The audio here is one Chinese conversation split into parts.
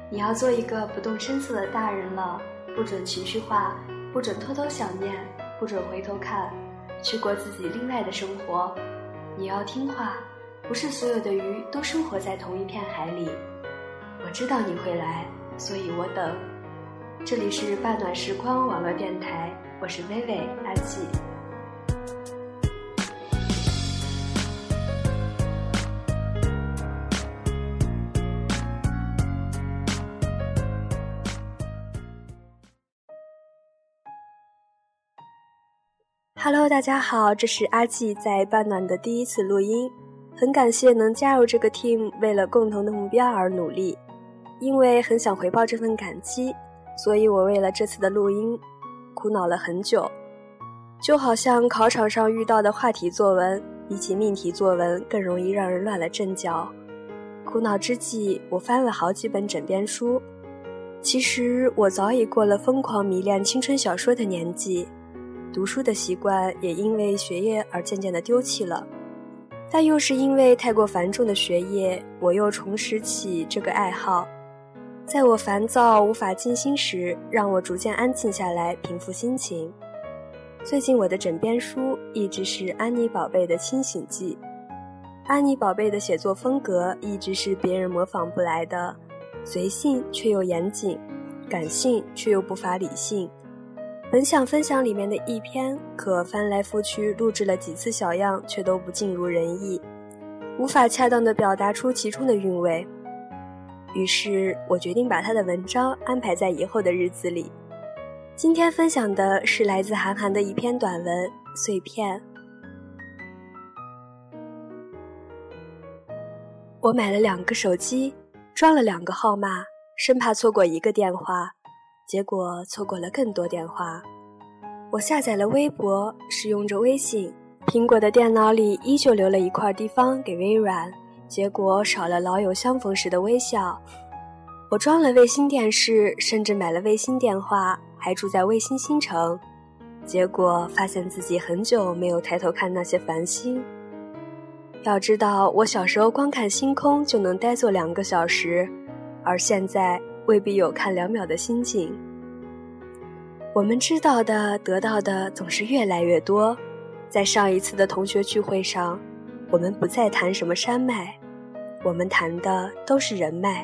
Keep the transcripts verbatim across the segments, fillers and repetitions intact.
你要做一个不动声色的大人了，不准情绪化，不准偷偷想念，不准回头看，去过自己另外的生活。你要听话，不是所有的鱼都生活在同一片海里。我知道你会来，所以我等。这里是半暖时光网络电台，我是薇薇阿季。Hello， 大家好，这是阿季在半暖的第一次录音，很感谢能加入这个 team， 为了共同的目标而努力。因为很想回报这份感激，所以我为了这次的录音苦恼了很久。就好像考场上遇到的话题作文，比起命题作文更容易让人乱了阵脚。苦恼之际，我翻了好几本枕边书。其实我早已过了疯狂迷恋青春小说的年纪，读书的习惯也因为学业而渐渐地丢弃了，但又是因为太过繁重的学业，我又重拾起这个爱好。在我烦躁无法静心时，让我逐渐安静下来，平复心情。最近我的枕边书一直是安妮宝贝的清醒记。安妮宝贝的写作风格一直是别人模仿不来的，随性却又严谨，感性却又不乏理性。本想分享里面的一篇，可翻来覆去录制了几次小样，却都不尽如人意，无法恰当地表达出其中的韵味。于是我决定把他的文章安排在以后的日子里。今天分享的是来自韩寒的一篇短文《碎片》。我买了两个手机，装了两个号码，生怕错过一个电话，结果错过了更多电话。我下载了微博，使用着微信，苹果的电脑里依旧留了一块地方给微软，结果少了老友相逢时的微笑。我装了卫星电视，甚至买了卫星电话，还住在卫星星城，结果发现自己很久没有抬头看那些繁星。要知道，我小时候光看星空就能呆坐两个小时，而现在未必有看两秒的心境。我们知道的、得到的总是越来越多。在上一次的同学聚会上，我们不再谈什么山脉，我们谈的都是人脉。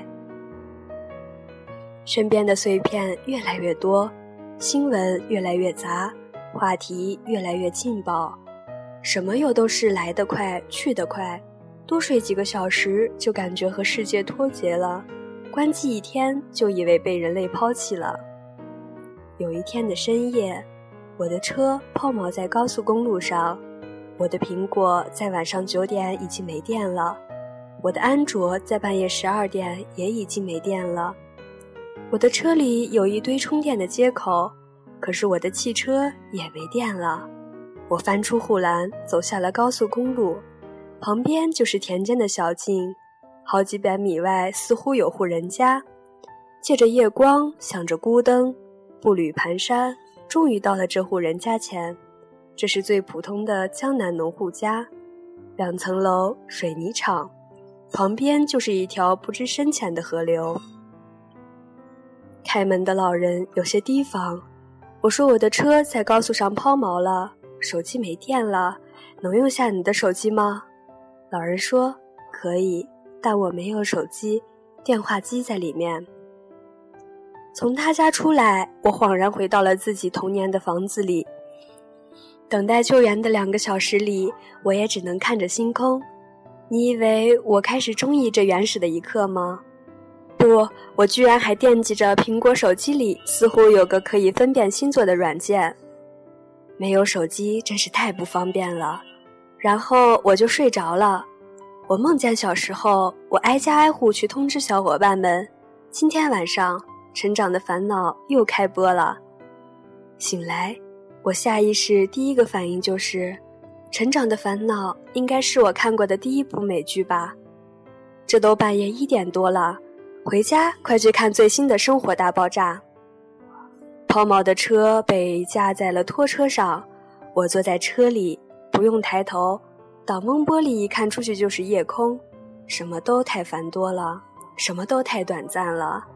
身边的碎片越来越多，新闻越来越杂，话题越来越劲爆，什么又都是来得快去得快，多睡几个小时就感觉和世界脱节了，关机一天就以为被人类抛弃了。有一天的深夜，我的车抛锚在高速公路上，我的苹果在晚上九点已经没电了，我的安卓在半夜十二点也已经没电了。我的车里有一堆充电的接口，可是我的汽车也没电了。我翻出护栏，走下了高速公路，旁边就是田间的小径，好几百米外似乎有户人家，借着夜光，响着孤灯，步履蹒跚，终于到了这户人家前。这是最普通的江南农户家，两层楼，水泥厂，旁边就是一条不知深浅的河流。开门的老人有些提防，我说我的车在高速上抛锚了，手机没电了，能用下你的手机吗？老人说可以，但我没有手机，电话机在里面。从他家出来，我恍然回到了自己童年的房子里。等待救援的两个小时里，我也只能看着星空。你以为我开始中意这原始的一刻吗？不，我居然还惦记着苹果手机里似乎有个可以分辨星座的软件。没有手机真是太不方便了。然后我就睡着了。我梦见小时候，我挨家挨户去通知小伙伴们，今天晚上成长的烦恼又开播了。醒来，我下意识第一个反应就是成长的烦恼应该是我看过的第一部美剧吧。这都半夜一点多了，回家快去看最新的生活大爆炸。抛锚的车被架在了拖车上，我坐在车里，不用抬头，挡风玻璃一看出去就是夜空，什么都太繁多了，什么都太短暂了。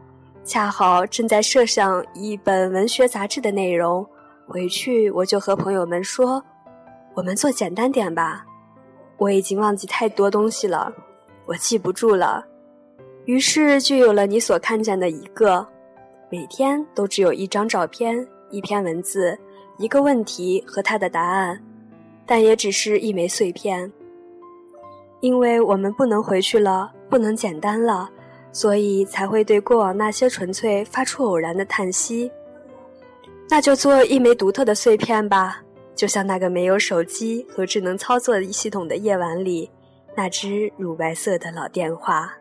恰好正在设想一本文学杂志的内容，回去我就和朋友们说，我们做简单点吧，我已经忘记太多东西了，我记不住了。于是就有了你所看见的一个，每天都只有一张照片，一篇文字，一个问题和它的答案，但也只是一枚碎片。因为我们不能回去了，不能简单了，所以才会对过往那些纯粹发出偶然的叹息。那就做一枚独特的碎片吧，就像那个没有手机和智能操作系统的夜晚里，那只乳白色的老电话。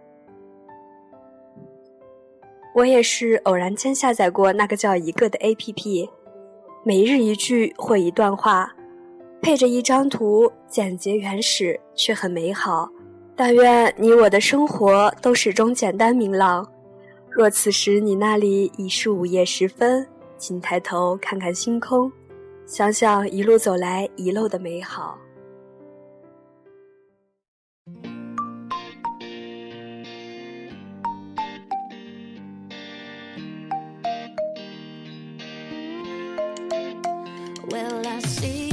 我也是偶然间下载过那个叫一个的 A P P， 每日一句或一段话，配着一张图，简洁原始却很美好。但愿你我的生活都始终简单明朗。若此时你那里已是午夜时分，请抬头看看星空，想想一路走来遗漏的美好。 Well, I see